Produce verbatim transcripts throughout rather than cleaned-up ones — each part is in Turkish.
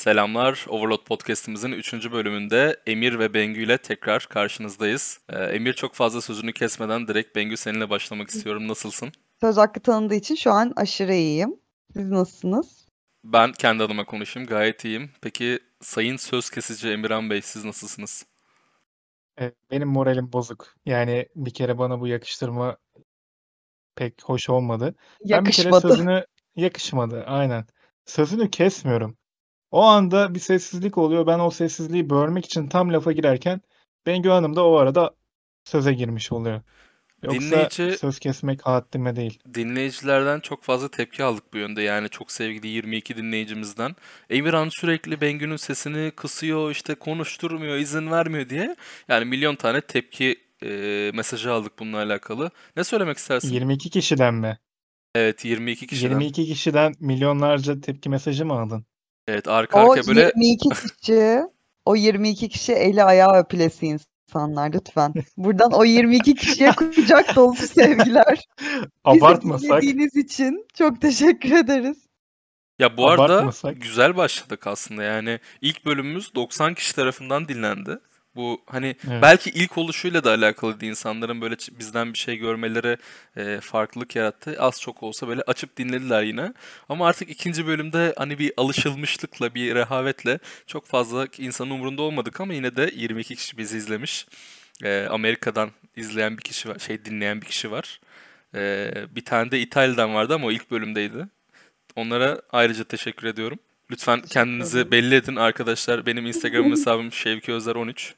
Selamlar. Overload Podcast'imizin üçüncü bölümünde Emir ve Bengü ile tekrar karşınızdayız. Ee, Emir çok fazla sözünü kesmeden direkt Bengü seninle başlamak istiyorum. Nasılsın? Söz hakkı tanıdığı için şu an aşırı iyiyim. Siz nasılsınız? Ben kendi adıma konuşayım. Gayet iyiyim. Peki Sayın Söz Kesici Emirhan Bey siz nasılsınız? E, Benim moralim bozuk. Yani bir kere bana bu yakıştırma pek hoş olmadı. Ben bir kere Yakışmadı. sözünü yakışmadı. Aynen. Sözünü kesmiyorum. O anda bir sessizlik oluyor. Ben o sessizliği bölmek için tam lafa girerken Bengü Hanım da o arada söze girmiş oluyor. Yoksa Dinleyici söz kesmek haddime değil. Dinleyicilerden çok fazla tepki aldık bu yönde. Yani çok sevgili yirmi iki dinleyicimizden. Emirhan sürekli Bengü'nün sesini kısıyor, işte konuşturmuyor, izin vermiyor diye. Yani milyon tane tepki e, mesajı aldık bununla alakalı. Ne söylemek istersin? yirmi iki kişiden mi? Evet, yirmi iki kişiden. yirmi iki kişiden milyonlarca tepki mesajı mı aldın? Evet, arka O arkaya böyle yirmi iki kişi, o yirmi iki kişi eli ayağı öpülesi insanlar lütfen. Buradan o yirmi iki kişiye kucak dolusu sevgiler. Bizi Abartmasak, dinlediğiniz için çok teşekkür ederiz. ya bu arada abartmasak. güzel başladık aslında. Yani ilk bölümümüz doksan kişi tarafından dinlendi. Bu hani Evet. belki ilk oluşuyla da alakalıydı, insanların böyle ç- bizden bir şey görmeleri e, farklılık yarattı. Az çok olsa böyle açıp dinlediler yine. Ama artık ikinci bölümde hani bir alışılmışlıkla, bir rehavetle çok fazla insanın umurunda olmadık ama yine de yirmi iki kişi bizi izlemiş. E, Amerika'dan izleyen bir kişi var, şey dinleyen bir kişi var. E, bir tane de İtalya'dan vardı ama o ilk bölümdeydi. Onlara ayrıca teşekkür ediyorum. Lütfen Teşekkür kendinizi ederim. belli edin arkadaşlar. Benim Instagram hesabım Şevki Özer on üç.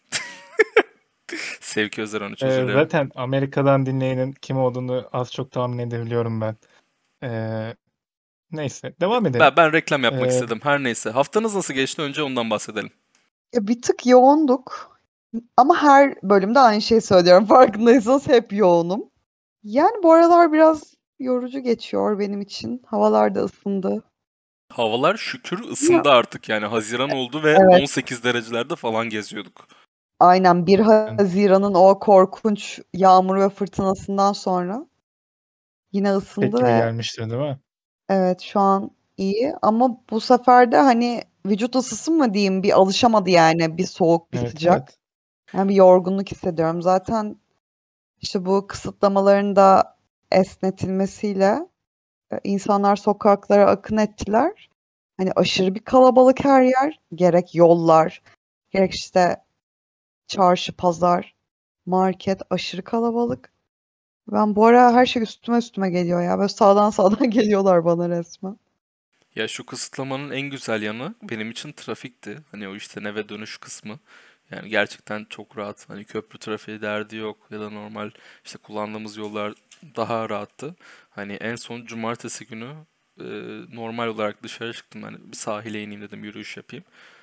Sevki Özer on üç, özür Ee, dilerim. zaten Amerika'dan dinleyenin kim olduğunu az çok tahmin edebiliyorum ben. Ee, neyse, devam edelim. Ben, ben reklam yapmak Ee, istedim. Her neyse. Haftanız nasıl geçti? Önce ondan bahsedelim. Ya bir tık yoğunduk. Ama her bölümde aynı şeyi söylüyorum. Farkındaysanız hep yoğunum. Yani bu aralar biraz yorucu geçiyor benim için. Havalar da ısındı. Havalar şükür Ya, ısındı artık, yani Haziran oldu ve evet, on sekiz derecelerde falan geziyorduk. aynen bir yani Haziran'ın o korkunç yağmur ve fırtınasından sonra yine tek ısındı gibi ve gelmiştir değil mi? evet şu an iyi. Ama bu sefer de hani vücut ısısı mı diyeyim bir alışamadı yani bir soğuk bir Evet, sıcak. evet. Yani bir yorgunluk hissediyorum. Zaten işte bu kısıtlamaların da esnetilmesiyle e, insanlar sokaklara akın ettiler. Hani aşırı bir kalabalık her yer. Gerek yollar, gerek işte çarşı, pazar, market aşırı kalabalık. Ben bu ara her şey üstüme üstüme geliyor ya. Böyle sağdan sağdan geliyorlar bana resmen. Ya şu kısıtlamanın en güzel yanı benim için trafikti. Hani o işte eve dönüş kısmı. Yani gerçekten çok rahat. Hani köprü trafiği derdi yok ya da normal işte kullandığımız yollar daha rahattı. Hani en son cumartesi günü e, normal olarak dışarı çıktım. Hani bir sahile ineyim dedim, yürüyüş yapayım.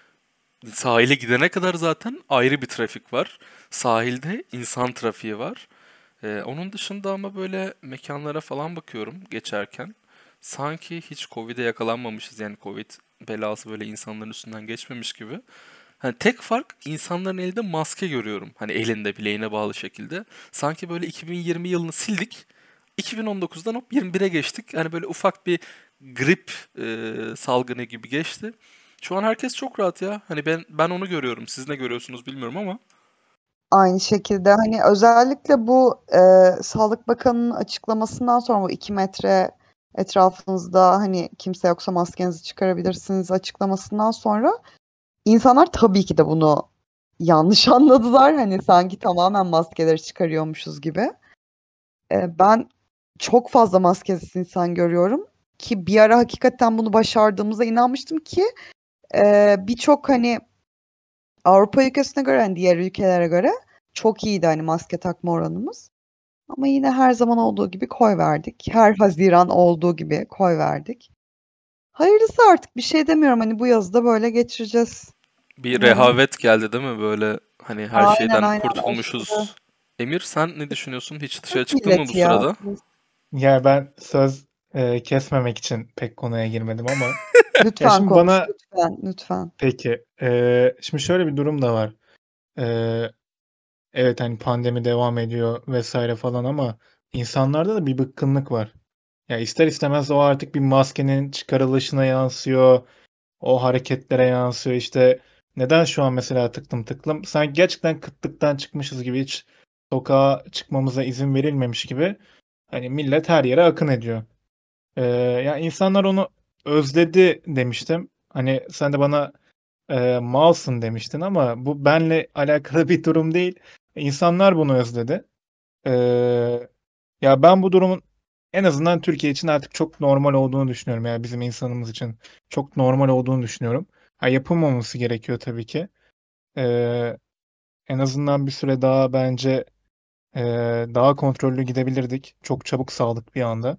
Sahile gidene kadar zaten ayrı bir trafik var. Sahilde insan trafiği var. Ee, onun dışında ama böyle mekanlara falan bakıyorum geçerken. Sanki hiç Covid'e yakalanmamışız, yani Covid belası böyle insanların üstünden geçmemiş gibi. Hani tek fark, insanların elinde maske görüyorum. Hani elinde bileğine bağlı şekilde. Sanki böyle iki bin yirmi yılını sildik. iki bin on dokuzdan hop yirmi bire geçtik. Hani böyle ufak bir grip e, salgını gibi geçti. Şu an herkes çok rahat ya. Hani ben ben onu görüyorum. Siz ne görüyorsunuz bilmiyorum ama. Aynı şekilde hani özellikle bu e, Sağlık Bakanı'nın açıklamasından sonra bu iki metre etrafınızda hani kimse yoksa maskenizi çıkarabilirsiniz açıklamasından sonra insanlar tabii ki de bunu yanlış anladılar. Hani sanki tamamen maskeleri çıkarıyormuşuz gibi. E, ben çok fazla maskesiz insan görüyorum ki bir ara hakikaten bunu başardığımıza inanmıştım ki e, birçok hani Avrupa ülkesine göre hani diğer ülkelere göre çok iyiydi hani maske takma oranımız. Ama yine her zaman olduğu gibi koy verdik. Her Haziran olduğu gibi koy verdik. Hayırlısı artık bir şey demiyorum hani bu yazı da böyle geçireceğiz. Bir Umarım. rehavet geldi değil mi böyle, hani her Aynen şeyden aynen aşırı. kurtulmuşuz. Emir sen ne düşünüyorsun? Hiç dışarı Türk çıktın mı bu milleti ya. sırada? Ya ben söz e, kesmemek için pek konuya girmedim ama ya Lütfen şimdi konuş bana lütfen lütfen. peki e, şimdi şöyle bir durum da var. E, evet hani pandemi devam ediyor vesaire falan ama insanlarda da bir bıkkınlık var. Ya ister istemez o artık bir maskenin çıkarılışına yansıyor. O hareketlere yansıyor. İşte neden şu an mesela tıklım tıklım? Sanki gerçekten kıtlıktan çıkmışız gibi, hiç sokağa çıkmamıza izin verilmemiş gibi. Hani millet her yere akın ediyor. Ee, ya insanlar onu özledi demiştim. Hani sen de bana e, malsın demiştin ama bu benle alakalı bir durum değil. İnsanlar bunu özledi. Ee, ya ben bu durumun en azından Türkiye için artık çok normal olduğunu düşünüyorum. Yani bizim insanımız için çok normal olduğunu düşünüyorum. Ha, yapılmaması gerekiyor tabii ki. Ee, en azından bir süre daha bence e, daha kontrollü gidebilirdik. Çok çabuk saldık bir anda.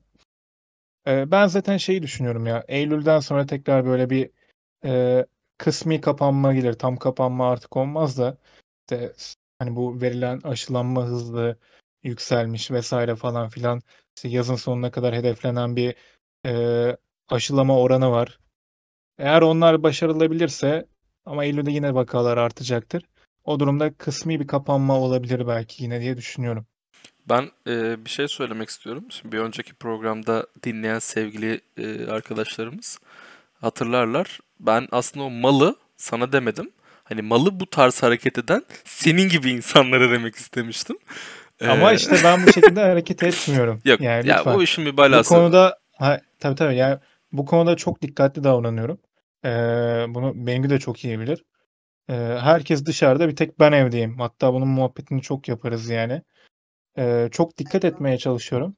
Ee, ben zaten şeyi düşünüyorum ya. Eylül'den sonra tekrar böyle bir e, kısmi kapanma gelir. Tam kapanma artık olmaz da işte hani bu verilen aşılanma hızlı yükselmiş vesaire falan filan. İşte yazın sonuna kadar hedeflenen bir e, aşılama oranı var. Eğer onlar başarılabilirse, ama Eylül'de yine vakalar artacaktır. O durumda kısmi bir kapanma olabilir belki yine diye düşünüyorum. Ben e, bir şey söylemek istiyorum. Şimdi bir önceki programda dinleyen sevgili e, arkadaşlarımız hatırlarlar. Ben aslında o malı sana demedim. Hani malı bu tarz hareket eden senin gibi insanlara demek istemiştim. Ama E, işte ben bu şekilde hareket etmiyorum. Yok Yani ya, lütfen. o işin bir Bu balası. konuda ha, tabii tabii yani bu konuda çok dikkatli davranıyorum. Ee, bunu Bengü de çok iyi bilir. Ee, herkes dışarıda, bir tek ben evdeyim. Hatta bunun muhabbetini çok yaparız yani. Ee, çok dikkat etmeye çalışıyorum.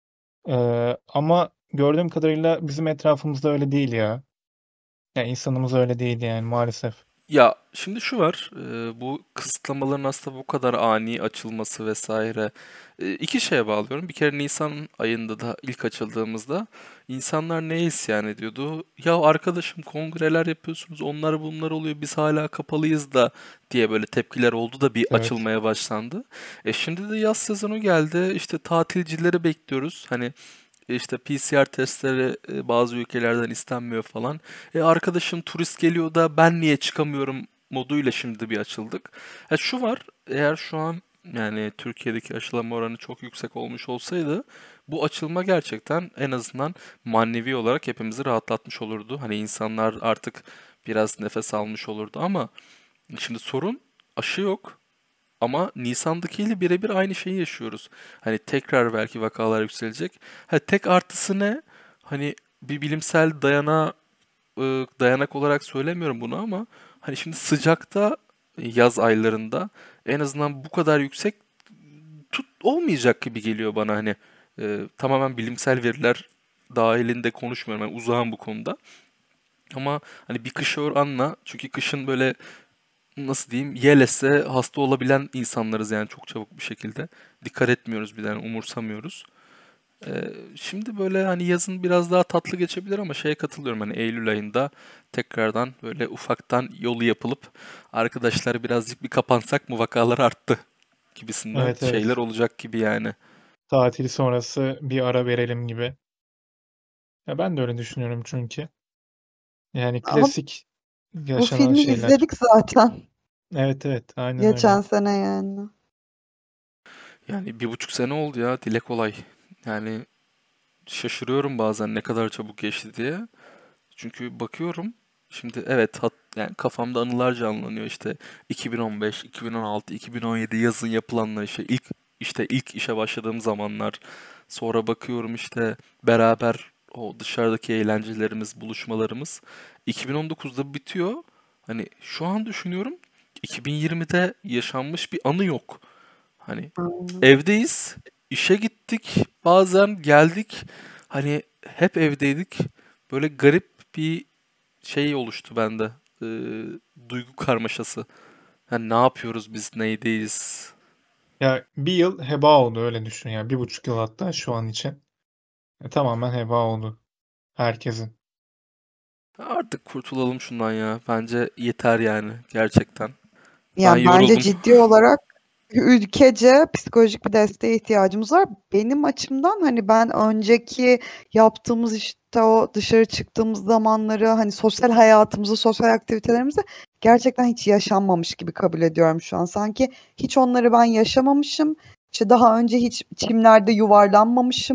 Ee, ama gördüğüm kadarıyla bizim etrafımızda öyle değil ya. Yani insanımız öyle değil yani maalesef. Ya şimdi şu var, e, bu kısıtlamaların aslında bu kadar ani açılması vesaire, e, iki şeye bağlıyorum. Bir kere Nisan ayında da ilk açıldığımızda insanlar neye isyan ediyordu? Ya arkadaşım, kongreler yapıyorsunuz, onlar bunlar oluyor, biz hala kapalıyız da diye böyle tepkiler oldu da bir Evet. açılmaya başlandı. E şimdi de yaz sezonu geldi, işte tatilcileri bekliyoruz. Hani işte P C R testleri e, bazı ülkelerden istenmiyor falan. E arkadaşım turist geliyor da ben niye çıkamıyorum moduyla şimdi bir açıldık. Ha şu var, eğer şu an yani Türkiye'deki aşılama oranı çok yüksek olmuş olsaydı bu açılma gerçekten en azından manevi olarak hepimizi rahatlatmış olurdu. Hani insanlar artık biraz nefes almış olurdu ama şimdi sorun, aşı yok. Ama Nisan'dakiyle birebir aynı şeyi yaşıyoruz. Hani tekrar belki vakalar yükselecek. Ha, tek artısı ne? Hani bir bilimsel dayana e, dayanak olarak söylemiyorum bunu ama hani şimdi sıcakta, yaz aylarında en azından bu kadar yüksek tut olmayacak gibi geliyor bana. Hani e, tamamen bilimsel veriler dahilinde konuşmuyorum. Yani uzağım bu konuda. Ama hani bir kışa oranla, çünkü kışın böyle nasıl diyeyim, yelese hasta olabilen insanlarız yani çok çabuk bir şekilde. Dikkat etmiyoruz, bir de yani umursamıyoruz. Ee, şimdi böyle hani yazın biraz daha tatlı geçebilir ama şeye katılıyorum, hani Eylül ayında tekrardan böyle ufaktan yolu yapılıp arkadaşlar birazcık bir kapansak mı, vakalar arttı gibisinden Evet şeyler evet. olacak gibi yani. Tatil sonrası bir ara verelim gibi. Ya ben de öyle düşünüyorum çünkü. Yani Ama klasik bu yaşanan filmi şeyler. izledik zaten Evet evet aynen öyle. geçen sene yani. Yani bir buçuk sene oldu ya, dile kolay. Yani şaşırıyorum bazen ne kadar çabuk geçti diye. Çünkü bakıyorum şimdi, evet hat, yani kafamda anılar canlanıyor işte iki bin on beş, iki bin on altı, iki bin on yedi yazın yapılanlar, işte ilk işte ilk işe başladığım zamanlar. Sonra bakıyorum işte beraber o dışarıdaki eğlencelerimiz, buluşmalarımız iki bin on dokuzda bitiyor. Hani şu an düşünüyorum, iki bin yirmide yaşanmış bir anı yok. Hani Aynen. evdeyiz, işe gittik, bazen geldik. Hani hep evdeydik. Böyle garip bir şey oluştu bende. Ee, duygu karmaşası. Yani ne yapıyoruz biz, neydeyiz? Ya bir yıl heba oldu, öyle düşün ya. Bir buçuk yıl hatta şu an için. E, tamamen heba oldu herkesin. Artık kurtulalım şundan ya. Bence yeter yani, gerçekten. Ben Yani bence yoruldum. ciddi olarak ülkece psikolojik bir desteğe ihtiyacımız var. Benim açımdan hani ben önceki yaptığımız işte o dışarı çıktığımız zamanları, hani sosyal hayatımızı, sosyal aktivitelerimizi gerçekten hiç yaşanmamış gibi kabul ediyorum şu an. Sanki hiç onları ben yaşamamışım. İşte daha önce hiç çimlerde yuvarlanmamışım.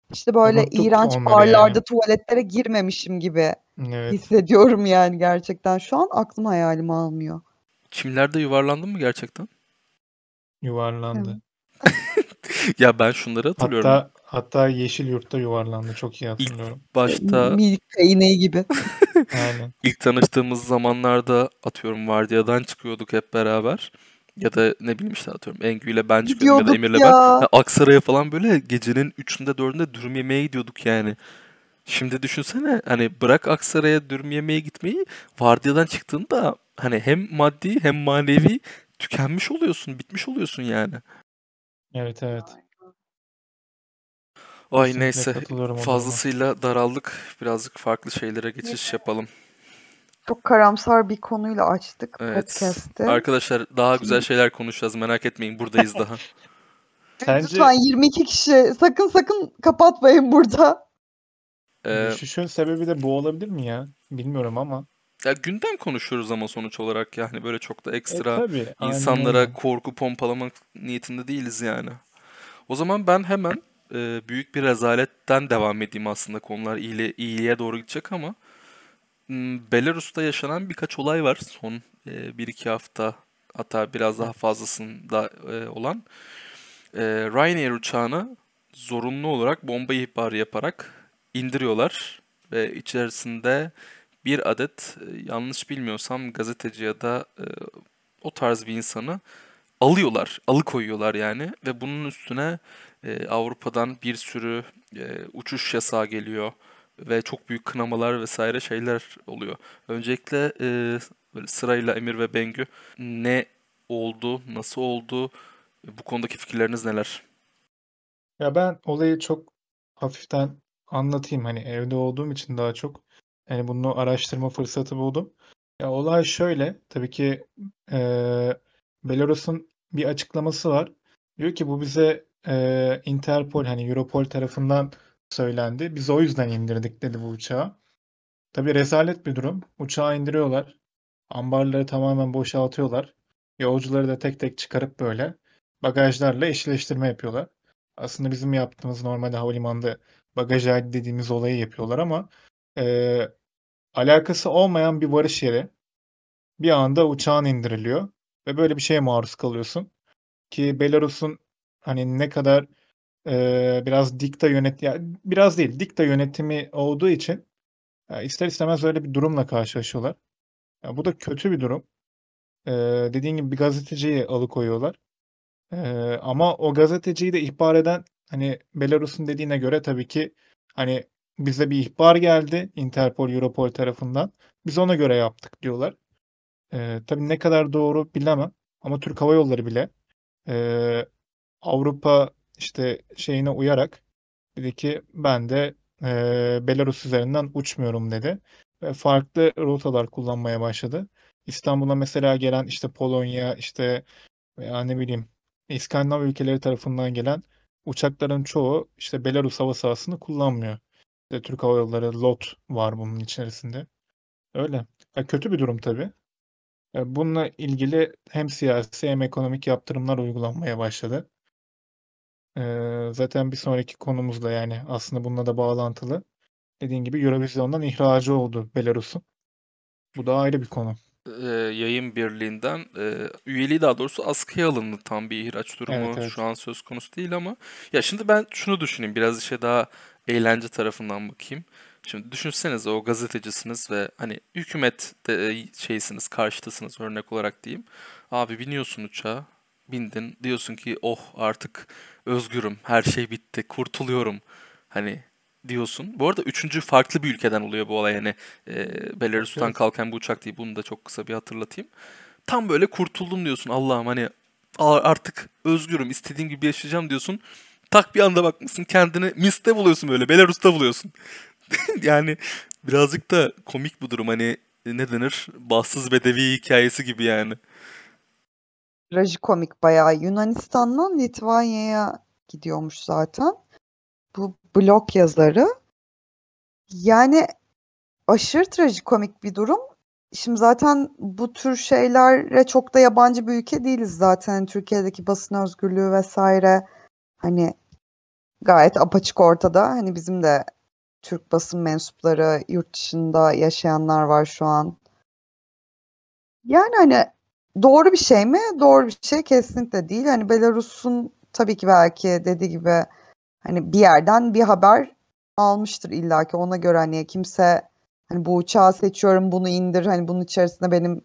İşte, böyle Unuttuk iğrenç onları barlarda yani. tuvaletlere girmemişim gibi Evet. hissediyorum yani gerçekten şu an. Aklım hayalimi almıyor. Çimlerde yuvarlandın mı gerçekten? Yuvarlandı. Evet. Ya ben şunları hatırlıyorum. Hatta hatta Yeşilyurt'ta yuvarlandı. Çok iyi İlk hatırlıyorum. Eee, başta milk peyniri gibi. Aynen. ilk tanıştığımız zamanlarda atıyorum vardiyadan çıkıyorduk hep beraber. Ya da ne bileyim işte atıyorum Engü ile ben çıkıyordum ya da Gidiyorduk Emir'le ben. ya. Ha, Aksaray'a falan böyle gecenin üçünde dördünde dürüm yemeye gidiyorduk yani. Şimdi düşünsene hani bırak Aksaray'a dürüm yemeye gitmeyi vardiyadan çıktığında hani hem maddi hem manevi tükenmiş oluyorsun, bitmiş oluyorsun yani. Evet evet. Ay Kesinlikle neyse katılıyorum o duruma. fazlasıyla daraldık. Birazcık farklı şeylere geçiş yapalım. Çok karamsar bir konuyla açtık Evet. podcast'i. Arkadaşlar daha güzel Şimdi şeyler konuşacağız. Merak etmeyin buradayız daha. Evet, Sence lütfen yirmi iki kişi sakın sakın kapatmayın burada. Ee, düşüşün sebebi de bu olabilir mi ya? Bilmiyorum ama. Ya gündem konuşuyoruz ama sonuç olarak yani böyle çok da E ekstra tabii aynen insanlara öyle. korku pompalamak niyetinde değiliz yani. O zaman ben hemen e, büyük bir rezaletten devam edeyim aslında konular iyile, iyiliğe doğru gidecek ama hmm, Belarus'ta yaşanan birkaç olay var son e, bir iki hafta hatta biraz daha Evet. fazlasında e, olan. E, Ryanair uçağını zorunlu olarak bomba ihbarı yaparak indiriyorlar ve içerisinde bir adet e, yanlış bilmiyorsam gazeteci ya da e, o tarz bir insanı alıyorlar, alıkoyuyorlar yani ve bunun üstüne e, Avrupa'dan bir sürü e, uçuş yasağı geliyor ve çok büyük kınamalar vesaire şeyler oluyor. Öncelikle e, böyle sırayla Emir ve Bengü ne oldu, nasıl oldu, bu konudaki fikirleriniz neler? Ya ben olayı çok hafiften anlatayım. Hani evde olduğum için daha çok hani bunu araştırma fırsatı buldum. Ya olay şöyle. Tabii ki eee, Belarus'un bir açıklaması var. Diyor ki bu bize eee, Interpol hani Europol tarafından söylendi. Biz o yüzden indirdik dedi bu uçağı. Tabii rezalet bir durum. Uçağı indiriyorlar. Ambarları tamamen boşaltıyorlar. Yolcuları da tek tek çıkarıp böyle bagajlarla eşleştirme yapıyorlar. Aslında bizim yaptığımız normalde havalimanında bagaj hali dediğimiz olayı yapıyorlar ama eee, alakası olmayan bir varış yeri bir anda uçağın indiriliyor ve böyle bir şeye maruz kalıyorsun. Ki Belarus'un hani ne kadar eee, biraz dikta yönet ya biraz değil dikta yönetimi olduğu için ya ister istemez öyle bir durumla karşılaşıyorlar. Ya bu da kötü bir durum. Eee, dediğin gibi bir gazeteciyi alıkoyuyorlar. Eee, ama o gazeteciyi de ihbar eden hani Belarus'un dediğine göre tabii ki hani bize bir ihbar geldi Interpol, Europol tarafından. Biz ona göre yaptık diyorlar. Eee, tabii ne kadar doğru bilemem ama Türk Hava Yolları bile eee, Avrupa işte şeyine uyarak dedi ki ben de eee, Belarus üzerinden uçmuyorum dedi. Ve farklı rotalar kullanmaya başladı. İstanbul'a mesela gelen işte Polonya işte veya ne bileyim İskandinav ülkeleri tarafından gelen uçakların çoğu işte Belarus hava sahasını kullanmıyor. İşte Türk Hava Yolları LOT var bunun içerisinde. Öyle. Ya kötü bir durum tabii. E, Bununla ilgili hem siyasi hem ekonomik yaptırımlar uygulanmaya başladı. Ee, zaten bir sonraki konumuz da yani aslında bununla da bağlantılı. Dediğin gibi Eurovision'dan ihracı oldu Belarus'un. Bu da ayrı bir konu. e, Yayın birliğinden e, üyeliği daha doğrusu askıya alındı. Tam bir ihraç Evet durumu şu evet. an söz konusu değil ama ya şimdi ben şunu düşüneyim biraz işe daha eğlence tarafından bakayım. Şimdi düşünsenize o gazetecisiniz ve hani hükümet de e, şeysiniz karşıtasınız örnek olarak diyeyim. Abi biniyorsun uçağa bindin diyorsun ki oh artık özgürüm her şey bitti kurtuluyorum. Hani diyorsun. Bu arada üçüncü farklı bir ülkeden oluyor bu olay. Yani e, Evet Belarus'tan evet. kalkan bu uçak değil. Bunu da çok kısa bir hatırlatayım. Tam böyle kurtuldum diyorsun. Allah'ım hani a- artık özgürüm. İstediğim gibi yaşayacağım diyorsun. Tak bir anda bakmışsın kendini Minsk'te buluyorsun böyle. Belarus'ta buluyorsun. Yani birazcık da komik bu durum. Hani ne denir? Bahtsız bedevi hikayesi gibi yani. Trajikomik bayağı. Yunanistan'dan Litvanya'ya gidiyormuş zaten. Bu blog yazarı. Yani aşırı trajikomik bir durum. Şimdi zaten bu tür şeylere çok da yabancı bir ülke değiliz zaten. Türkiye'deki basın özgürlüğü vesaire hani gayet apaçık ortada. Hani bizim de Türk basın mensupları, yurt dışında yaşayanlar var şu an. Yani hani doğru bir şey mi? Doğru bir şey kesinlikle değil. Hani Belarus'un tabii ki belki dediği gibi hani bir yerden bir haber almıştır illaki. Ona göre hani kimse hani bu uçağı seçiyorum, bunu indir, hani bunun içerisinde benim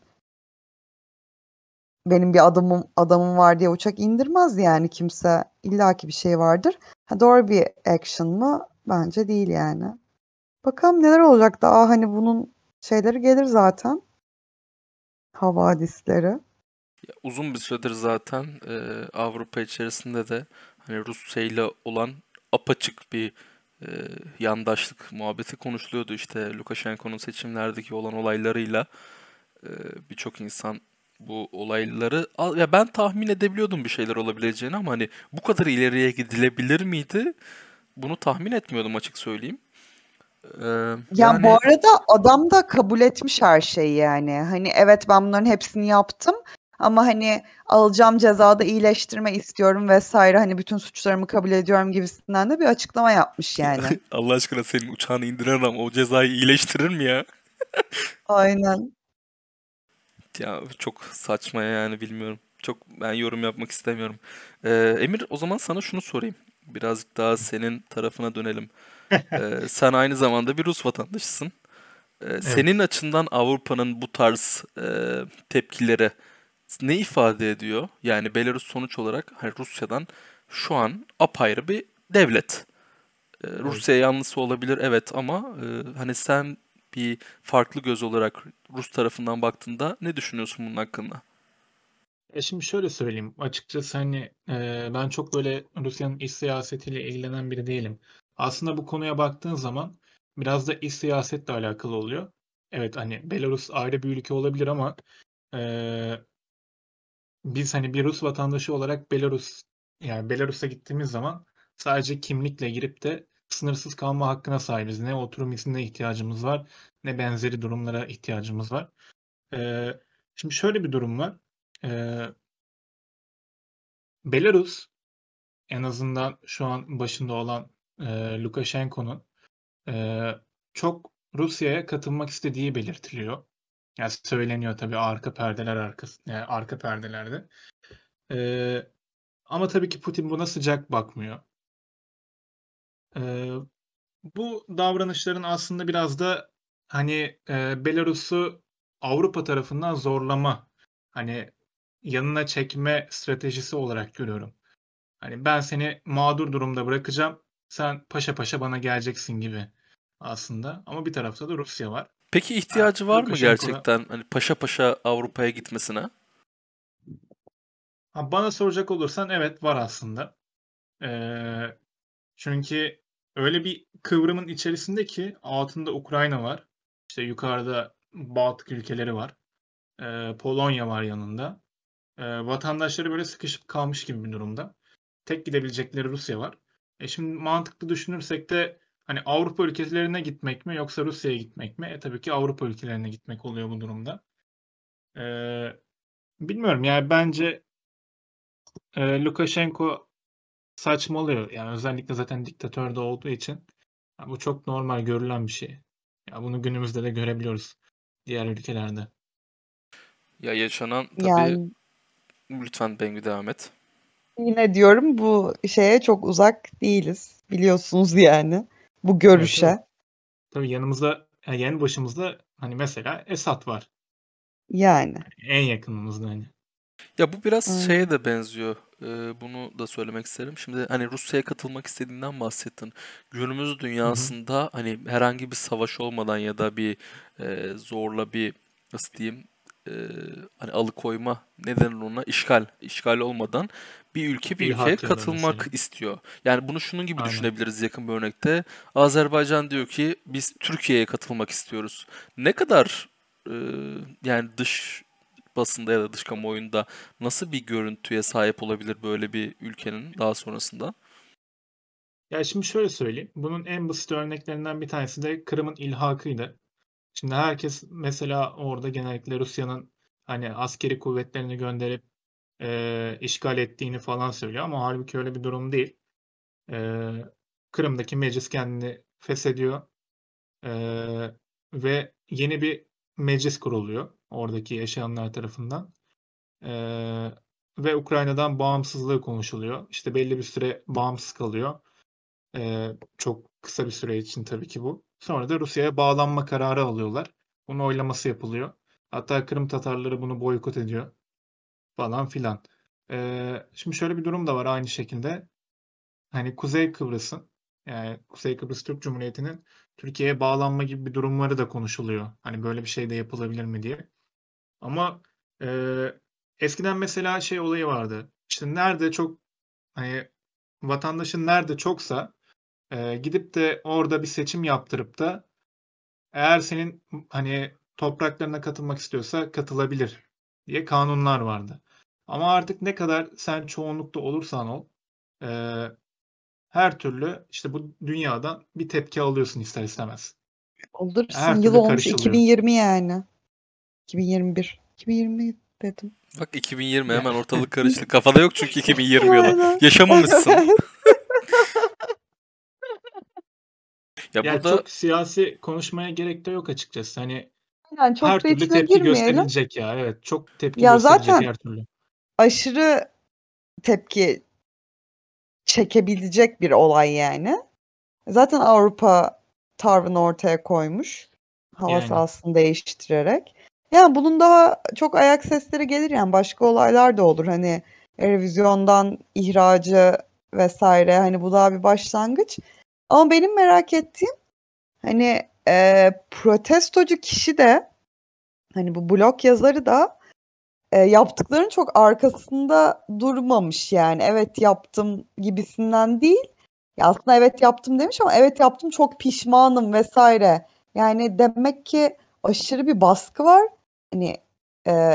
benim bir adamım adamım var diye uçak indirmez yani kimse. İllaki bir şey vardır. Ha, doğru bir action mı? Bence değil yani. Bakalım neler olacak daha, hani bunun şeyleri gelir zaten. Havadisleri. Ya uzun bir süredir zaten e, Avrupa içerisinde de hani Rusya ile olan apaçık bir e, yandaşlık muhabbeti konuşuluyordu. İşte Lukashenko'nun seçimlerdeki olan olaylarıyla e, birçok insan bu olayları al- ya ben tahmin edebiliyordum bir şeyler olabileceğini ama hani bu kadar ileriye gidilebilir miydi? Bunu tahmin etmiyordum açık söyleyeyim. Ee, Yani bu yani arada adam da kabul etmiş her şeyi yani. Hani evet ben bunların hepsini yaptım ama hani alacağım cezada iyileştirme istiyorum vesaire, hani bütün suçlarımı kabul ediyorum gibisinden de bir açıklama yapmış yani. Allah aşkına senin uçağını indiren adam o cezayı iyileştirir mi ya? Aynen. Ya çok saçma yani bilmiyorum. Çok ben yorum yapmak istemiyorum. Ee, Emir o zaman sana şunu sorayım. Birazcık daha senin tarafına dönelim. Ee, sen aynı zamanda bir Rus vatandaşısın. Ee, senin Evet. açından Avrupa'nın bu tarz e, tepkileri ne ifade ediyor? Yani Belarus sonuç olarak hani Rusya'dan şu an apayrı bir devlet. Ee, Evet. Rusya yanlısı olabilir evet ama e, hani sen bir farklı göz olarak Rus tarafından baktığında ne düşünüyorsun bunun hakkında? E şimdi şöyle söyleyeyim. Açıkçası hani e, ben çok böyle Rusya'nın iç siyasetiyle ilgilenen biri değilim. Aslında bu konuya baktığın zaman biraz da iç siyasetle alakalı oluyor. Evet hani Belarus ayrı bir ülke olabilir ama e, biz hani bir Rus vatandaşı olarak Belarus yani Belarus'a gittiğimiz zaman sadece kimlikle girip de sınırsız kalma hakkına sahibiz. Ne oturum iznine ihtiyacımız var, ne benzeri durumlara ihtiyacımız var. Ee, Şimdi şöyle bir durum var. Ee, Belarus en azından şu an başında olan e, Lukashenko'nun e, çok Rusya'ya katılmak istediği belirtiliyor. Yani söyleniyor tabii arka perdeler arkası, yani arka perdelerde. Ee, Ama tabii ki Putin buna sıcak bakmıyor. Ee, Bu davranışların aslında biraz da hani e, Belarus'u Avrupa tarafından zorlama, hani yanına çekme stratejisi olarak görüyorum. Hani ben seni mağdur durumda bırakacağım, sen paşa paşa bana geleceksin gibi aslında. Ama bir tarafta da Rusya var. Peki Ha, ihtiyacı var mı Lukashenko da gerçekten hani paşa paşa Avrupa'ya gitmesine? ha, bana soracak olursan evet var aslında. Ee, Çünkü öyle bir kıvrımın içerisinde ki altında Ukrayna var. İşte yukarıda Baltık ülkeleri var. Ee, Polonya var yanında. Ee, vatandaşları böyle sıkışıp kalmış gibi bir durumda. Tek gidebilecekleri Rusya var. E şimdi mantıklı düşünürsek de hani Avrupa ülkelerine gitmek mi yoksa Rusya'ya gitmek mi? E tabii ki Avrupa ülkelerine gitmek oluyor bu durumda. Ee, Bilmiyorum yani bence e, Lukashenko saçmalıyor. Yani özellikle zaten diktatör de olduğu için. Ya bu çok normal görülen bir şey. Ya bunu günümüzde de görebiliyoruz diğer ülkelerde. Ya yaşanan tabii Yani lütfen Bengü devam et. yine diyorum bu şeye çok uzak değiliz. Biliyorsunuz yani. Bu Evet, evet. görüşe. Tabii yanımızda, yani yanı başımızda hani mesela Esad var. Yani. En yakınımızda hani. Ya bu biraz şeye Aynen. de benziyor. Ee, bunu da söylemek isterim. Şimdi hani Rusya'ya katılmak istediğinden bahsettin. Günümüz Hı hı. dünyasında hani herhangi bir savaş olmadan ya da bir e, zorla bir nasıl diyeyim e, hani alıkoyma ne denir ona işgal işgal olmadan bir ülke bir ülkeye İlhak ya da katılmak mesela. istiyor. Yani bunu şunun gibi Aynen. düşünebiliriz yakın bir örnekte. Azerbaycan diyor ki biz Türkiye'ye katılmak istiyoruz. Ne kadar e, yani dış basında ya da dış kamuoyunda nasıl bir görüntüye sahip olabilir böyle bir ülkenin daha sonrasında? Ya şimdi şöyle söyleyeyim. Bunun en basit örneklerinden bir tanesi de Kırım'ın ilhakıydı. Şimdi herkes mesela orada genellikle Rusya'nın hani askeri kuvvetlerini gönderip e, işgal ettiğini falan söylüyor ama halbuki öyle bir durum değil. Ee, Kırım'daki meclis kendini feshediyor. Ee, ve yeni bir meclis kuruluyor oradaki yaşayanlar tarafından. Ee, ve Ukrayna'dan bağımsızlığı konuşuluyor. İşte belli bir süre bağımsız kalıyor. Ee, çok kısa bir süre için tabii ki bu. Sonra da Rusya'ya bağlanma kararı alıyorlar. Bunun oylaması yapılıyor. Hatta Kırım Tatarları bunu boykot ediyor falan filan. Ee, şimdi şöyle bir durum da var aynı şekilde. Hani Kuzey Kıbrıs'ın yani Kuzey Kıbrıs Türk Cumhuriyeti'nin Türkiye'ye bağlanma gibi bir durumları da konuşuluyor. Hani böyle bir şey de yapılabilir mi diye. Ama e, eskiden mesela şey olayı vardı. İşte nerede çok hani vatandaşın nerede çoksa e, gidip de orada bir seçim yaptırıp da eğer senin hani topraklarına katılmak istiyorsa katılabilir diye kanunlar vardı. Ama artık ne kadar sen çoğunlukta olursan ol, e, her türlü işte bu dünyadan bir tepki alıyorsun ister istemez. Olursun. Her Yıl türlü olmuş karışılıyor. iki bin yirmi yani. iki bin yirmi bir. iki bin yirmi dedim. Bak iki bin yirmi Ya, hemen ortalık karıştı. Kafada yok çünkü iki bin yirmi yılı. Aynen. Yaşamamışsın. Ya ya burada çok siyasi konuşmaya gerek de yok açıkçası. Hani Aynen, her çok da türlü içine tepki girmeyelim. gösterilecek ya. Evet, çok tepki Ya gösterilecek zaten her türlü. aşırı tepki çekebilecek bir olay yani. Zaten Avrupa tavrını ortaya koymuş. Hava Yani sahasını değiştirerek. Yani bunun daha çok ayak sesleri gelir yani başka olaylar da olur. Hani revizyondan ihracı vesaire hani bu daha bir başlangıç. Ama benim merak ettiğim hani e, protestocu kişi de hani bu blog yazarı da e, yaptıklarının çok arkasında durmamış yani. Evet yaptım gibisinden değil. Ya aslında evet yaptım demiş ama evet yaptım çok pişmanım vesaire. Yani demek ki aşırı bir baskı var. Hani e,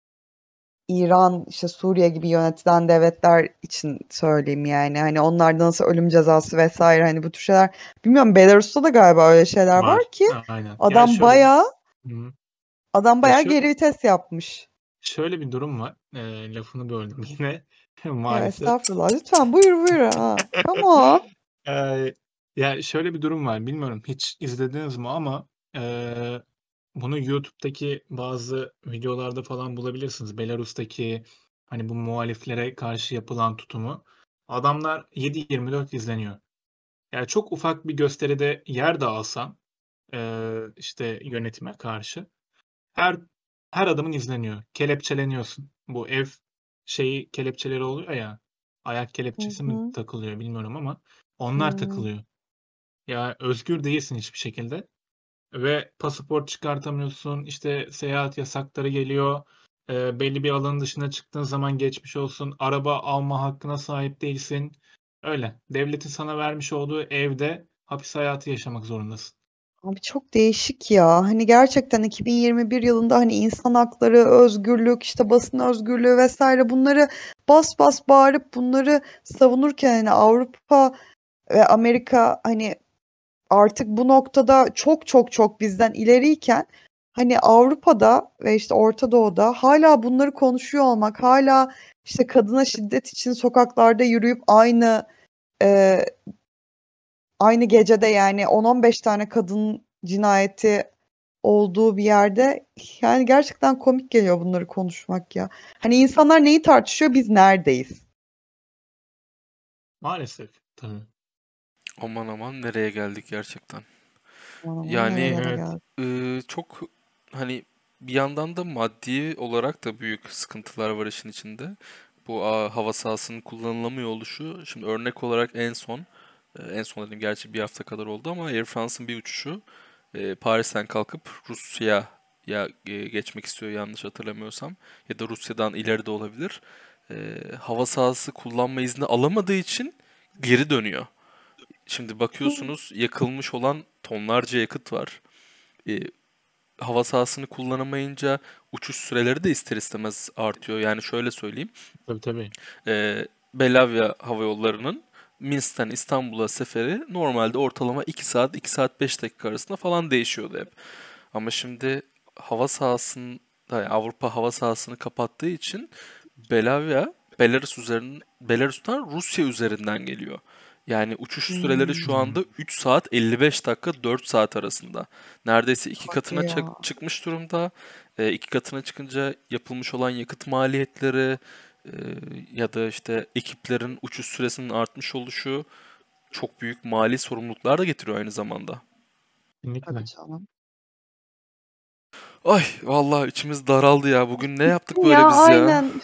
İran, işte Suriye gibi yönetilen devletler için söyleyeyim yani. Hani onlarda nasıl ölüm cezası vesaire hani bu tür şeyler. Bilmiyorum Belarus'ta da galiba öyle şeyler var var. ki Aynen. Ya adam şöyle bir bayağı Hı. adam Ya bayağı şöyle geri vites yapmış. şöyle bir durum var. Ee, lafını böldüm yine Ya maalesef. estağfurullah. Lütfen buyur buyur. Ha. Come on. Ee, ya şöyle bir durum var. Bilmiyorum hiç izlediniz mi ama e, bunu YouTube'daki bazı videolarda falan bulabilirsiniz. Belarus'taki hani bu muhaliflere karşı yapılan tutumu. Adamlar yedi yirmi dört izleniyor. Yani çok ufak bir gösteride yer de alsan e, işte yönetime karşı her her adamın izleniyor. Kelepçeleniyorsun. Bu ev şeyi kelepçeleri oluyor ya. Ayak Hı kelepçesi mi hı. takılıyor bilmiyorum ama onlar Hımm. takılıyor. Ya özgür değilsin hiçbir şekilde ve pasaport çıkartamıyorsun. İşte seyahat yasakları geliyor. Ee, belli bir alanın dışına çıktığın zaman geçmiş olsun. Araba alma hakkına sahip değilsin. Öyle. Devletin sana vermiş olduğu evde hapis hayatı yaşamak zorundasın. Abi çok değişik ya. Hani gerçekten iki bin yirmi bir yılında hani insan hakları, özgürlük, işte basın özgürlüğü vesaire bunları bas bas bağırıp bunları savunurken hani Avrupa ve Amerika hani artık bu noktada çok çok çok bizden ileriyken hani Avrupa'da ve işte Orta Doğu'da hala bunları konuşuyor olmak, hala işte kadına şiddet için sokaklarda yürüyüp aynı e, aynı gecede yani on on beş tane kadın cinayeti olduğu bir yerde yani gerçekten komik geliyor bunları konuşmak ya. Hani insanlar neyi tartışıyor, biz neredeyiz? Maalesef. Tabii. aman aman nereye geldik gerçekten. Aman aman Yani nerelere Evet. geldik. e, çok hani bir yandan da maddi olarak da büyük sıkıntılar var işin içinde. Bu a, hava sahasının kullanılamıyor oluşu. Şimdi örnek olarak en son, e, en son dedim gerçi bir hafta kadar oldu ama Air France'ın bir uçuşu e, Paris'ten kalkıp Rusya'ya ya e, geçmek istiyor yanlış hatırlamıyorsam ya da Rusya'dan ileride olabilir. E, hava sahası kullanma izni alamadığı için geri dönüyor. Şimdi bakıyorsunuz yakılmış olan tonlarca yakıt var. E, hava sahasını kullanamayınca uçuş süreleri de ister istemez artıyor. Yani şöyle söyleyeyim. Tabii tabii. E, Belavia Hava Yolları'nın Minsk'ten İstanbul'a seferi normalde ortalama iki saat iki saat beş dakika arasında falan değişiyordu hep. Ama şimdi hava sahasının yani Avrupa hava sahasını kapattığı için Belavia Belarus üzerinden Belarus'tan Rusya üzerinden geliyor. Yani uçuş süreleri şu anda Hmm. üç saat elli beş dakika dört saat arasında. Neredeyse iki Hadi katına çık- ya. çıkmış durumda. E, iki katına çıkınca yapılmış olan yakıt maliyetleri e, ya da işte ekiplerin uçuş süresinin artmış oluşu çok büyük mali sorumluluklar da getiriyor aynı zamanda. Kesinlikle. Tabii canım. Ay vallahi içimiz daraldı ya. Bugün ne yaptık Ya böyle biz ya? aynen.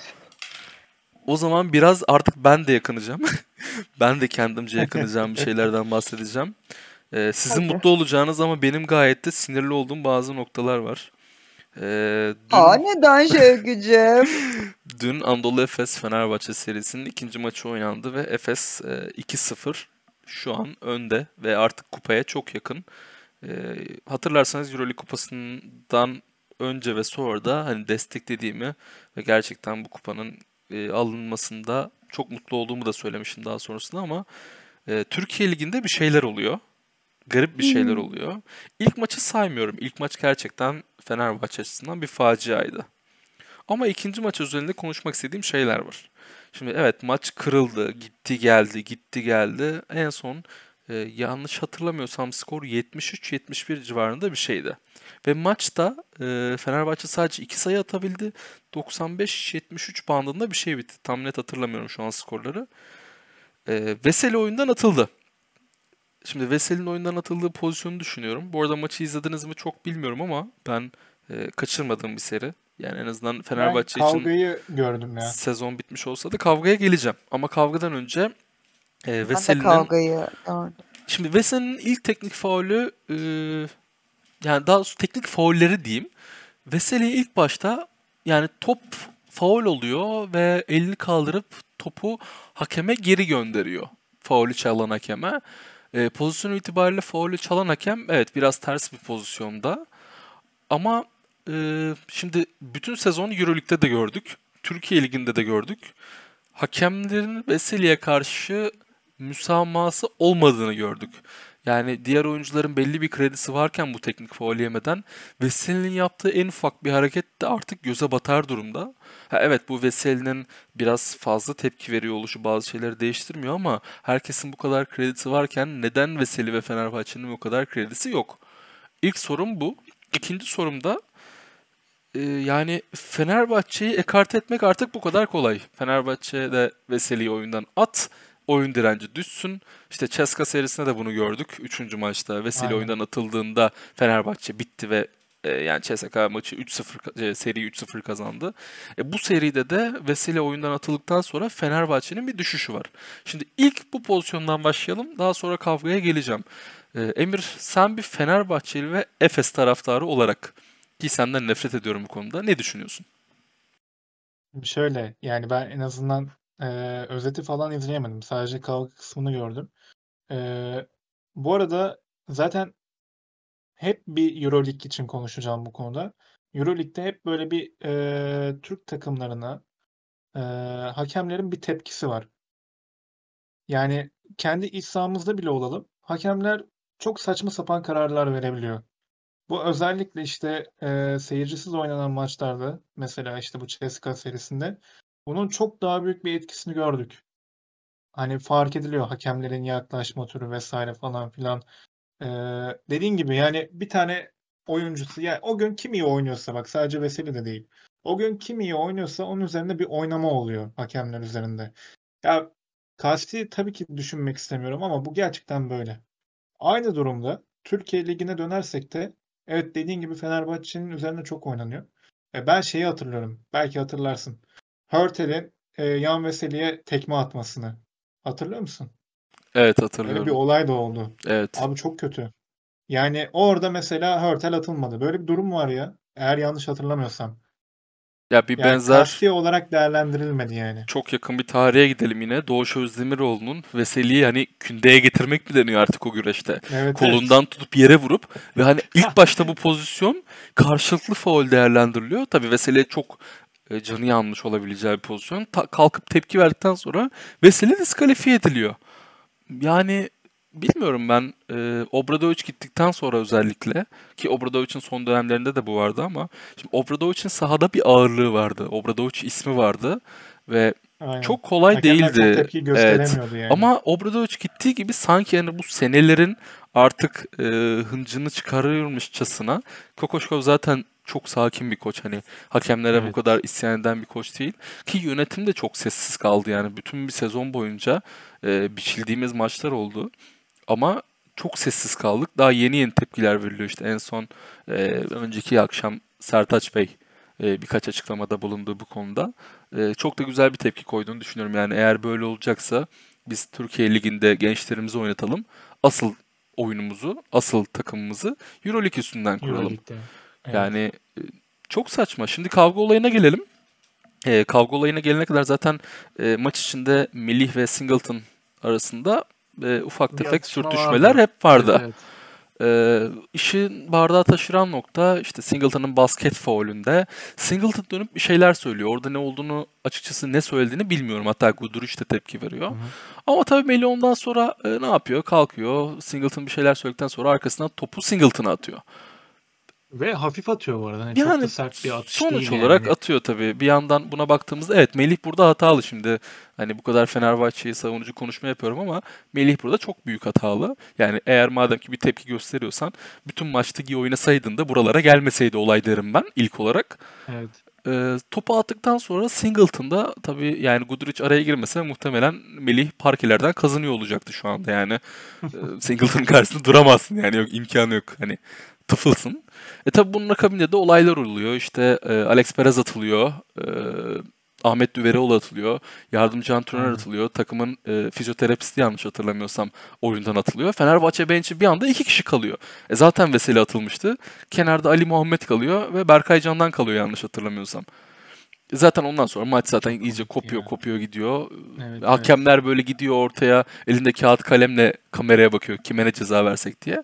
O zaman biraz artık ben de yakınacağım. Ben de kendimce yakınacağım bir şeylerden bahsedeceğim. Ee, sizin Hadi. mutlu olacağınız ama benim gayet de sinirli olduğum bazı noktalar var. Ee, Aa, dün neden Şevkicim? dün Anadolu Efes Fenerbahçe serisinin ikinci maçı oynandı ve Efes e, iki sıfır şu an önde ve artık kupaya çok yakın. Ee, hatırlarsanız EuroLeague kupasından önce ve sonra da hani desteklediğimi ve gerçekten bu kupanın e, alınmasında çok mutlu olduğumu da söylemiştim daha sonrasında ama e, Türkiye Ligi'nde bir şeyler oluyor. Garip bir şeyler Hmm. oluyor. İlk maçı saymıyorum. İlk maç gerçekten Fenerbahçe açısından bir faciaydı. Ama ikinci maç üzerinde konuşmak istediğim şeyler var. Şimdi evet maç kırıldı, gitti geldi, gitti geldi. En son e, yanlış hatırlamıyorsam skor yetmiş üç yetmiş bir civarında bir şeydi. Ve maçta e, Fenerbahçe sadece iki sayı atabildi. doksan beş yetmiş üç bandında bir şey bitti. Tam net hatırlamıyorum şu an skorları. E, Veseli oyundan atıldı. Şimdi Veseli'nin oyundan atıldığı pozisyonu düşünüyorum. Bu arada maçı izlediniz mi çok bilmiyorum ama ben e, kaçırmadığım bir seri. Yani en azından Ben Fenerbahçe için kavgayı gördüm ya. sezon bitmiş olsa da kavgaya geleceğim. Ama kavgadan önce e, Ben de Veseli'nin... kavgayı gördüm. Şimdi Veseli'nin ilk teknik faulü e, yani daha doğrusu teknik faulleri diyeyim. Veseli ilk başta yani top faul oluyor ve elini kaldırıp topu hakeme geri gönderiyor. Faulü çalan hakeme. E, pozisyon itibariyle faulü çalan hakem evet biraz ters bir pozisyonda. Ama e, şimdi bütün sezonu EuroLeague'de de gördük. Türkiye Ligi'nde de gördük. Hakemlerin Veseli'ye karşı müsamahası olmadığını gördük. Yani diğer oyuncuların belli bir kredisi varken bu teknik faul yemeden Veseli'nin yaptığı en ufak bir hareket de artık göze batar durumda. Ha, evet bu Veseli'nin biraz fazla tepki veriyor oluşu bazı şeyleri değiştirmiyor ama herkesin bu kadar kredisi varken neden Veseli ve Fenerbahçe'nin bu kadar kredisi yok? İlk sorum bu. İkinci sorum da e, yani Fenerbahçe'yi ekarte etmek artık bu kadar kolay. Fenerbahçe'de Veseli'yi oyundan at, oyun direnci düşsün. İşte Ceska serisinde de bunu gördük. Üçüncü maçta Veseli Aynen. oyundan atıldığında Fenerbahçe bitti ve e, yani C S K A maçı üç sıfır ka- e, seri üç sıfır kazandı. E, bu seride de Veseli oyundan atıldıktan sonra Fenerbahçe'nin bir düşüşü var. Şimdi ilk bu pozisyondan başlayalım. Daha sonra kavgaya geleceğim. E, Emir sen bir Fenerbahçeli ve Efes taraftarı olarak ki senden nefret ediyorum bu konuda. Ne düşünüyorsun? Şöyle yani ben en azından e, özeti falan izleyemedim. Sadece kavga kısmını gördüm. E, Bu arada zaten hep bir Euroleague için konuşacağım bu konuda. Euroleague'de hep böyle bir e, Türk takımlarına e, hakemlerin bir tepkisi var. Yani kendi iç sahamızda bile olalım. Hakemler çok saçma sapan kararlar verebiliyor. Bu özellikle işte e, seyircisiz oynanan maçlarda mesela işte bu C S K A serisinde bunun çok daha büyük bir etkisini gördük. Hani fark ediliyor hakemlerin yaklaşma türü vesaire falan filan. E, Dediğin gibi yani bir tane oyuncusu yani o gün kim iyi oynuyorsa bak sadece Veseli de değil. O gün kim iyi oynuyorsa onun üzerinde bir oynama oluyor hakemler üzerinde. Ya kasti tabii ki düşünmek istemiyorum ama bu gerçekten böyle. Aynı durumda Türkiye Ligi'ne dönersek de evet dediğin gibi Fenerbahçe'nin üzerine çok oynanıyor. E, ben şeyi hatırlıyorum. Belki hatırlarsın. Hurtel'in e, Yan Veseli'ye tekme atmasını. Hatırlıyor musun? Evet Öyle bir hatırlıyorum. olay da oldu. Evet. Abi çok kötü. Yani orada mesela Hurtel atılmadı. Böyle bir durum var ya. Eğer yanlış hatırlamıyorsam. Ya bir Yani benzer kasti olarak değerlendirilmedi yani. çok yakın bir tarihe gidelim yine. Doğuş Özdemiroğlu'nun Veseli'yi hani kündeye getirmek mi deniyor artık o güreşte? Evet evet. Kolundan tutup yere vurup ve hani ilk başta bu pozisyon karşılıklı faul değerlendiriliyor. Tabii Veseli çok e, canı yanmış olabileceği bir pozisyon. Ta- kalkıp tepki verdikten sonra Veseli diskalifiye ediliyor. Yani bilmiyorum ben e, Obradovic gittikten sonra özellikle ki Obradovic'in son dönemlerinde de bu vardı ama şimdi Obradovic'in sahada bir ağırlığı vardı. Obradovic ismi vardı ve Aynen. çok kolay Hakemler çok değildi. tepki Evet. gösteremiyordu yani. Ama Obradoviç gittiği gibi sanki yani bu senelerin artık e, hıncını çıkarıyormuşçasına. Kokoşkov zaten çok sakin bir koç. Hani hakemlere bu Evet. kadar isyan eden bir koç değil. Ki yönetim de çok sessiz kaldı yani. Bütün bir sezon boyunca e, biçildiğimiz maçlar oldu. Ama çok sessiz kaldık. Daha yeni yeni tepkiler veriliyor işte. En son e, önceki akşam Sertaç Bey e, birkaç açıklamada bulunduğu bu konuda. E, çok da güzel bir tepki koyduğunu düşünüyorum. Yani eğer böyle olacaksa biz Türkiye Ligi'nde gençlerimizi oynatalım. Asıl oyunumuzu, asıl takımımızı Euroleague üstünden kuralım. Euroleague'de. Evet. Yani e, çok saçma. Şimdi kavga olayına gelelim. E, kavga olayına gelene kadar zaten e, maç içinde Melih ve Singleton arasında e, ufak Bir tefek atışma sürtüşmeler vardı. hep Evet vardı. evet. Ee, işin bardağı taşıran nokta işte Singleton'ın basket faulünde. Singleton dönüp bir şeyler söylüyor. Orada ne olduğunu açıkçası ne söylediğini bilmiyorum. Hatta Guduric de tepki veriyor. Hı hı. Ama tabii Melih ondan sonra e, ne yapıyor? Kalkıyor. Singleton bir şeyler söyledikten sonra arkasından topu Singleton'a atıyor. Ve hafif atıyor bu arada. Hani çok da Yani sert bir atış değil sonuç yani. olarak Hani atıyor tabii. Bir yandan buna baktığımızda evet Melih burada hatalı şimdi. Hani bu kadar Fenerbahçe'yi savunucu konuşma yapıyorum ama Melih burada çok büyük hatalı. Yani eğer madem ki bir tepki gösteriyorsan bütün maçtaki oynasaydın da buralara gelmeseydi olay derim ben ilk olarak. evet. Ee, topu attıktan sonra Singleton'da tabii yani Guduric araya girmese muhtemelen Melih parkelerden kazanıyor olacaktı şu anda yani. Ee, Singleton'ın karşısında duramazsın yani yok imkanı yok hani tıfılsın. E tabi bunun akabinde de olaylar oluyor. İşte e, Alex Perez atılıyor. E, Ahmet Düveroğlu atılıyor. Yardımcı antrenör Aynen. atılıyor. Takımın e, fizyoterapisti yanlış hatırlamıyorsam oyundan atılıyor. Fenerbahçe bench'i bir anda iki kişi kalıyor. E zaten Veseli atılmıştı. Kenarda Ali Muhammed kalıyor ve Berkay Can'dan kalıyor yanlış hatırlamıyorsam. E zaten ondan sonra maç zaten Çok iyice komikti kopuyor ya. kopuyor gidiyor. Evet evet. Hakemler böyle gidiyor ortaya elinde kağıt kalemle kameraya bakıyor kime ne ceza versek diye.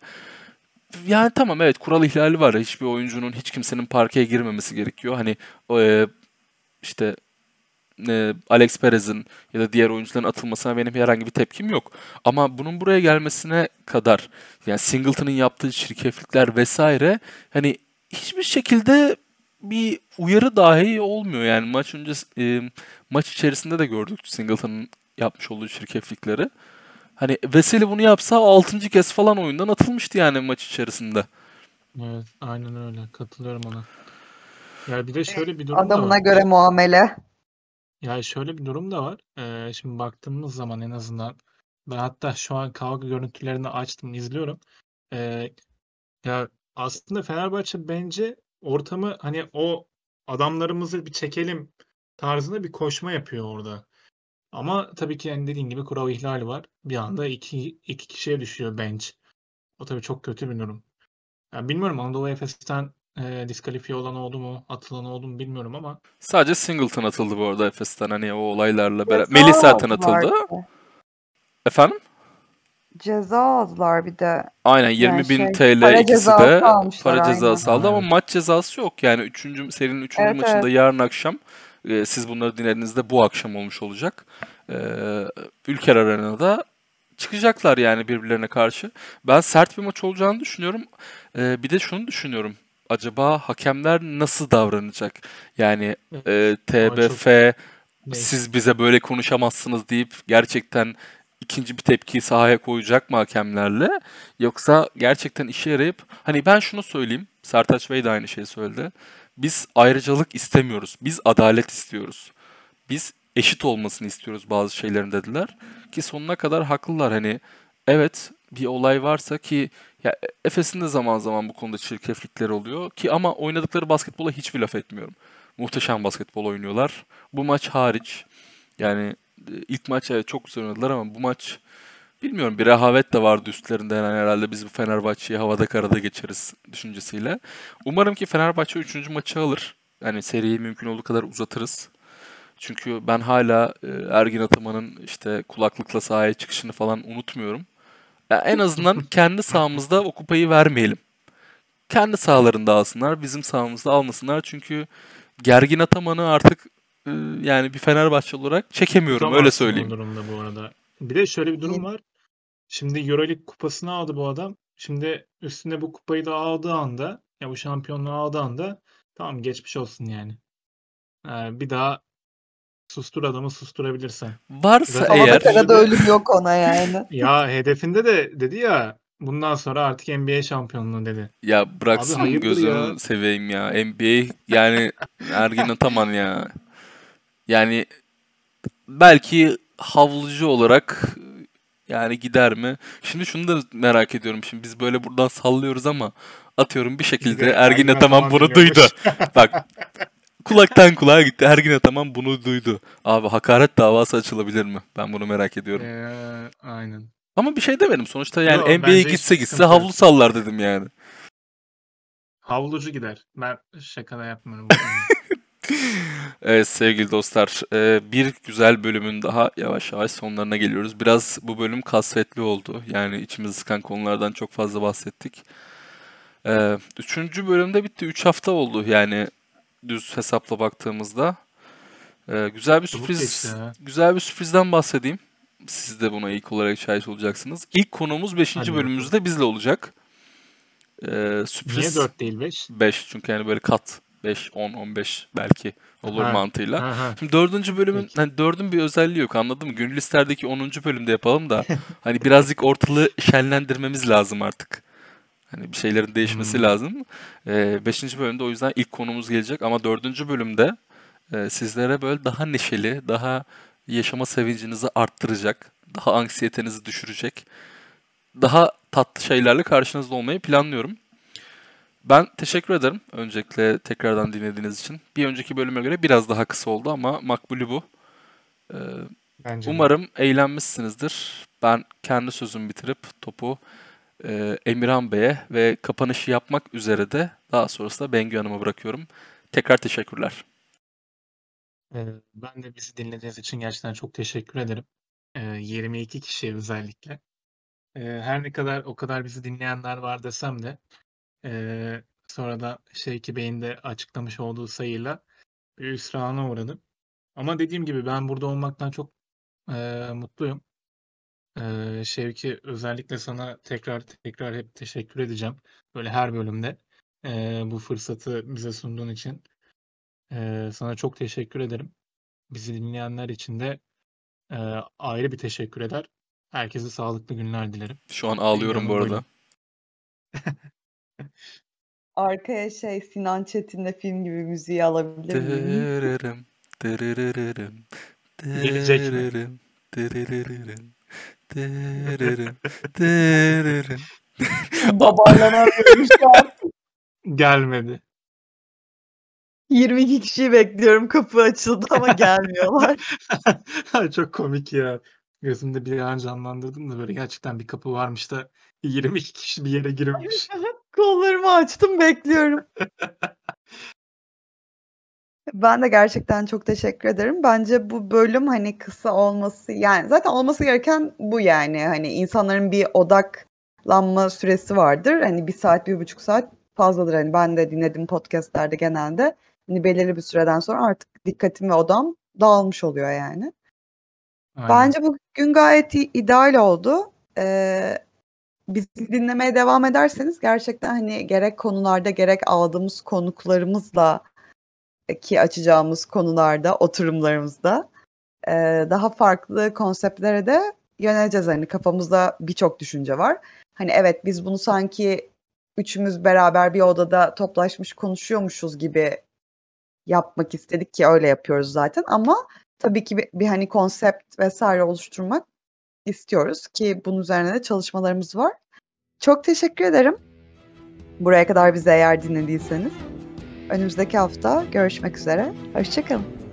Yani tamam evet kural ihlali var. Hiçbir oyuncunun hiç kimsenin parkeye girmemesi gerekiyor. Hani e, işte e, Alex Perez'in ya da diğer oyuncuların atılmasına benim herhangi bir tepkim yok. Ama bunun buraya gelmesine kadar yani Singleton'ın yaptığı çirkeflikler vesaire hani hiçbir şekilde bir uyarı dahi olmuyor. Yani maç önce e, maç içerisinde de gördük Singleton'ın yapmış olduğu çirkeflikleri. Hani Veseli bunu yapsa altıncı kez falan oyundan atılmıştı yani maç içerisinde. Evet. Aynen öyle. Katılıyorum ona. Ya bir de şöyle bir durum da Adamına var. göre muamele. Ya şöyle bir durum da var. Ee, şimdi baktığımız zaman en azından ben hatta şu an kavga görüntülerini açtım, izliyorum. Ee, ya aslında Fenerbahçe bence ortamı hani o adamlarımızı bir çekelim tarzında bir koşma yapıyor orada. Ama tabii ki yani dediğin gibi kural ihlali var. Bir anda iki, iki kişiye düşüyor bench. O tabii çok kötü bir durum. Yani bilmiyorum Anadolu Efes'ten e, diskalifiye olan oldu mu, atılan oldu mu bilmiyorum ama Sadece Singleton atıldı bu arada Efes'ten hani o olaylarla beraber. Ceza Melih zaten aldılar atıldı. bir de. Efendim? Ceza aldılar bir de. Aynen Yani yirmi bin şey T L para ikisi cezası de almışlar para aynen. cezası aldı ha, ama evet. maç cezası yok. Yani üçüncü serinin üçüncü Evet maçında evet. yarın akşam e, siz bunları dinlediğinizde bu akşam olmuş olacak. E, Ülker Arena'da çıkacaklar yani birbirlerine karşı. Ben sert bir maç olacağını düşünüyorum. E, bir de şunu düşünüyorum. Acaba hakemler nasıl davranacak? Yani Evet. e, O çok T B F siz değişik. bize böyle konuşamazsınız deyip gerçekten ikinci bir tepkiyi sahaya koyacak mı hakemlerle? Yoksa gerçekten işe yarayıp hani ben şunu söyleyeyim. Sertaç Bey de aynı şeyi söyledi. Biz ayrıcalık istemiyoruz. Biz adalet istiyoruz. Biz eşit olmasını istiyoruz bazı şeylerin dediler. Ki sonuna kadar haklılar. Hani evet bir olay varsa ki ya Efes'in de zaman zaman bu konuda çirkeflikleri oluyor ki ama oynadıkları basketbola hiçbir laf etmiyorum. Muhteşem basketbol oynuyorlar. Bu maç hariç yani e, ilk maç evet çok güzel oynadılar ama bu maç bilmiyorum bir rehavet de vardı üstlerinde yani herhalde biz bu Fenerbahçe'yi havada karada geçeriz düşüncesiyle. Umarım ki Fenerbahçe üçüncü maçı alır. Yani seriyi mümkün olduğu kadar uzatırız. Çünkü ben hala e, Ergin Ataman'ın işte kulaklıkla sahaya çıkışını falan unutmuyorum. Ya en azından kendi sahamızda o kupayı vermeyelim. Kendi sahalarında alsınlar, bizim sahamızda almasınlar. Çünkü Gergin Ataman'ı artık e, yani bir Fenerbahçe olarak çekemiyorum öyle Tutamazsın o söyleyeyim. durumda bu arada. Bir de şöyle bir durum var. Şimdi Euroleague kupasını aldı bu adam. Şimdi üstüne bu kupayı da aldığı anda, ya bu şampiyonluğu aldığı anda tamam geçmiş olsun yani. Ee, bir daha Sustur adamı susturabilirsen. Varsa Zaten Havada eğer karada hedefinde de ölüm yok ona yani. ya hedefinde de dedi ya bundan sonra artık N B A şampiyonluğu dedi. ya Abi bıraksın hayırdır ya? gözünü seveyim ya. N B A yani Ergin Ataman ya. Yani belki havlucu olarak yani gider mi? Şimdi şunu da merak ediyorum. Şimdi biz böyle buradan sallıyoruz ama atıyorum bir Bir şekilde de Ergin Ergin Ataman Ataman bunu duydu. dinliyormuş. Bak kulaktan kulağa gitti. Ergin Ataman bunu duydu. Abi hakaret davası açılabilir mi? Ben bunu merak ediyorum. Ee, aynen. Ama bir şey demedim. Sonuçta yani Yo N B A'ye bence gitse hiçbir gitse sıkıntı yok. havlu sallar dedim yani. Havlucu gider. Ben şaka da yapmıyorum bu konuda. Evet sevgili dostlar, e, bir güzel bölümün daha yavaş yavaş sonlarına geliyoruz. Biraz bu bölüm kasvetli oldu. Yani içimizi sıkan konulardan çok fazla bahsettik. E, Üçüncü bölümde bitti. Üç hafta oldu yani düz hesapla baktığımızda. E, güzel bir Çabuk geçti sürpriz, ha. güzel bir sürprizden bahsedeyim. Siz de buna ilk olarak şahit olacaksınız. İlk konuğumuz beşinci Hadi bakalım. bölümümüzde bizle olacak. E, Niye sürpriz dört değil beş? beş çünkü yani böyle kat beş, on, on beş belki olur Ha. mantığıyla. Ha ha. Şimdi dördüncü bölümün Peki. hani dördün bir özelliği yok anladın mı? Gönül isterdeki onuncu bölümde yapalım da hani birazcık ortalığı şenlendirmemiz lazım artık. Hani bir şeylerin değişmesi Hmm. lazım. Ee, beşinci bölümde o yüzden ilk konumuz gelecek ama dördüncü bölümde e, sizlere böyle daha neşeli, daha yaşama sevincinizi arttıracak, daha anksiyetenizi düşürecek, daha tatlı şeylerle karşınızda olmayı planlıyorum. Ben teşekkür ederim öncelikle tekrardan dinlediğiniz için. Bir önceki bölüme göre biraz daha kısa oldu ama makbulü bu. Ee, Bence de. Umarım eğlenmişsinizdir. Ben kendi sözümü bitirip topu e, Emirhan Bey'e ve kapanışı yapmak üzere de daha sonrasında Bengü Hanım'a bırakıyorum. Tekrar teşekkürler. Ee, ben de bizi dinlediğiniz için gerçekten çok teşekkür ederim. Ee, yirmi iki kişiye özellikle. Ee, her ne kadar o kadar bizi dinleyenler var desem de ee, sonra da Şevki Bey'in de açıklamış olduğu sayıyla bir hüsrana uğradım. Ama dediğim gibi ben burada olmaktan çok ee, mutluyum. Ee, Şevki özellikle sana tekrar tekrar hep teşekkür edeceğim. Böyle her bölümde ee, bu fırsatı bize sunduğun için ee, sana çok teşekkür ederim. Bizi dinleyenler için de ee, ayrı bir teşekkür eder. Herkese sağlıklı günler dilerim. Şu an Bengü ağlıyorum bu Hanım arada. buyurun. Arkaya şey Sinan Çetin'le film gibi müziği alabilir miyim? Dırırırım, dırırırım, Gelecek mi? dırırırım, dırırırım, dırırırım, dırırırım. Babarlanamıyorum şu an. Gelmedi. yirmi iki kişiyi bekliyorum. Kapı açıldı ama gelmiyorlar. Çok komik ya. Gözümde bir an canlandırdım da böyle gerçekten bir kapı varmış da yirmi iki kişi bir yere girmiş. Kollarımı açtım bekliyorum. Ben de gerçekten çok teşekkür ederim. Bence bu bölüm hani kısa olması yani zaten olması gereken bu yani. Hani insanların bir odaklanma süresi vardır. Hani bir saat, bir buçuk saat fazladır. Hani ben de dinlediğim podcastlerde genelde hani belirli bir süreden sonra artık dikkatim ve odam dağılmış oluyor yani. Aynen. Bence bugün gayet iyi, ideal oldu. Ee, bizi dinlemeye devam ederseniz gerçekten hani gerek konularda gerek aldığımız konuklarımızla ki açacağımız konularda, oturumlarımızda e, daha farklı konseptlere de yöneleceğiz. Hani kafamızda birçok düşünce var. Hani evet biz bunu sanki üçümüz beraber bir odada toplaşmış konuşuyormuşuz gibi yapmak istedik ki öyle yapıyoruz zaten. Ama tabii ki bir, bir hani konsept vesaire oluşturmak istiyoruz ki bunun üzerine de çalışmalarımız var. Çok teşekkür ederim. Buraya kadar bizi eğer dinlediyseniz. Önümüzdeki hafta görüşmek üzere. Hoşça kalın.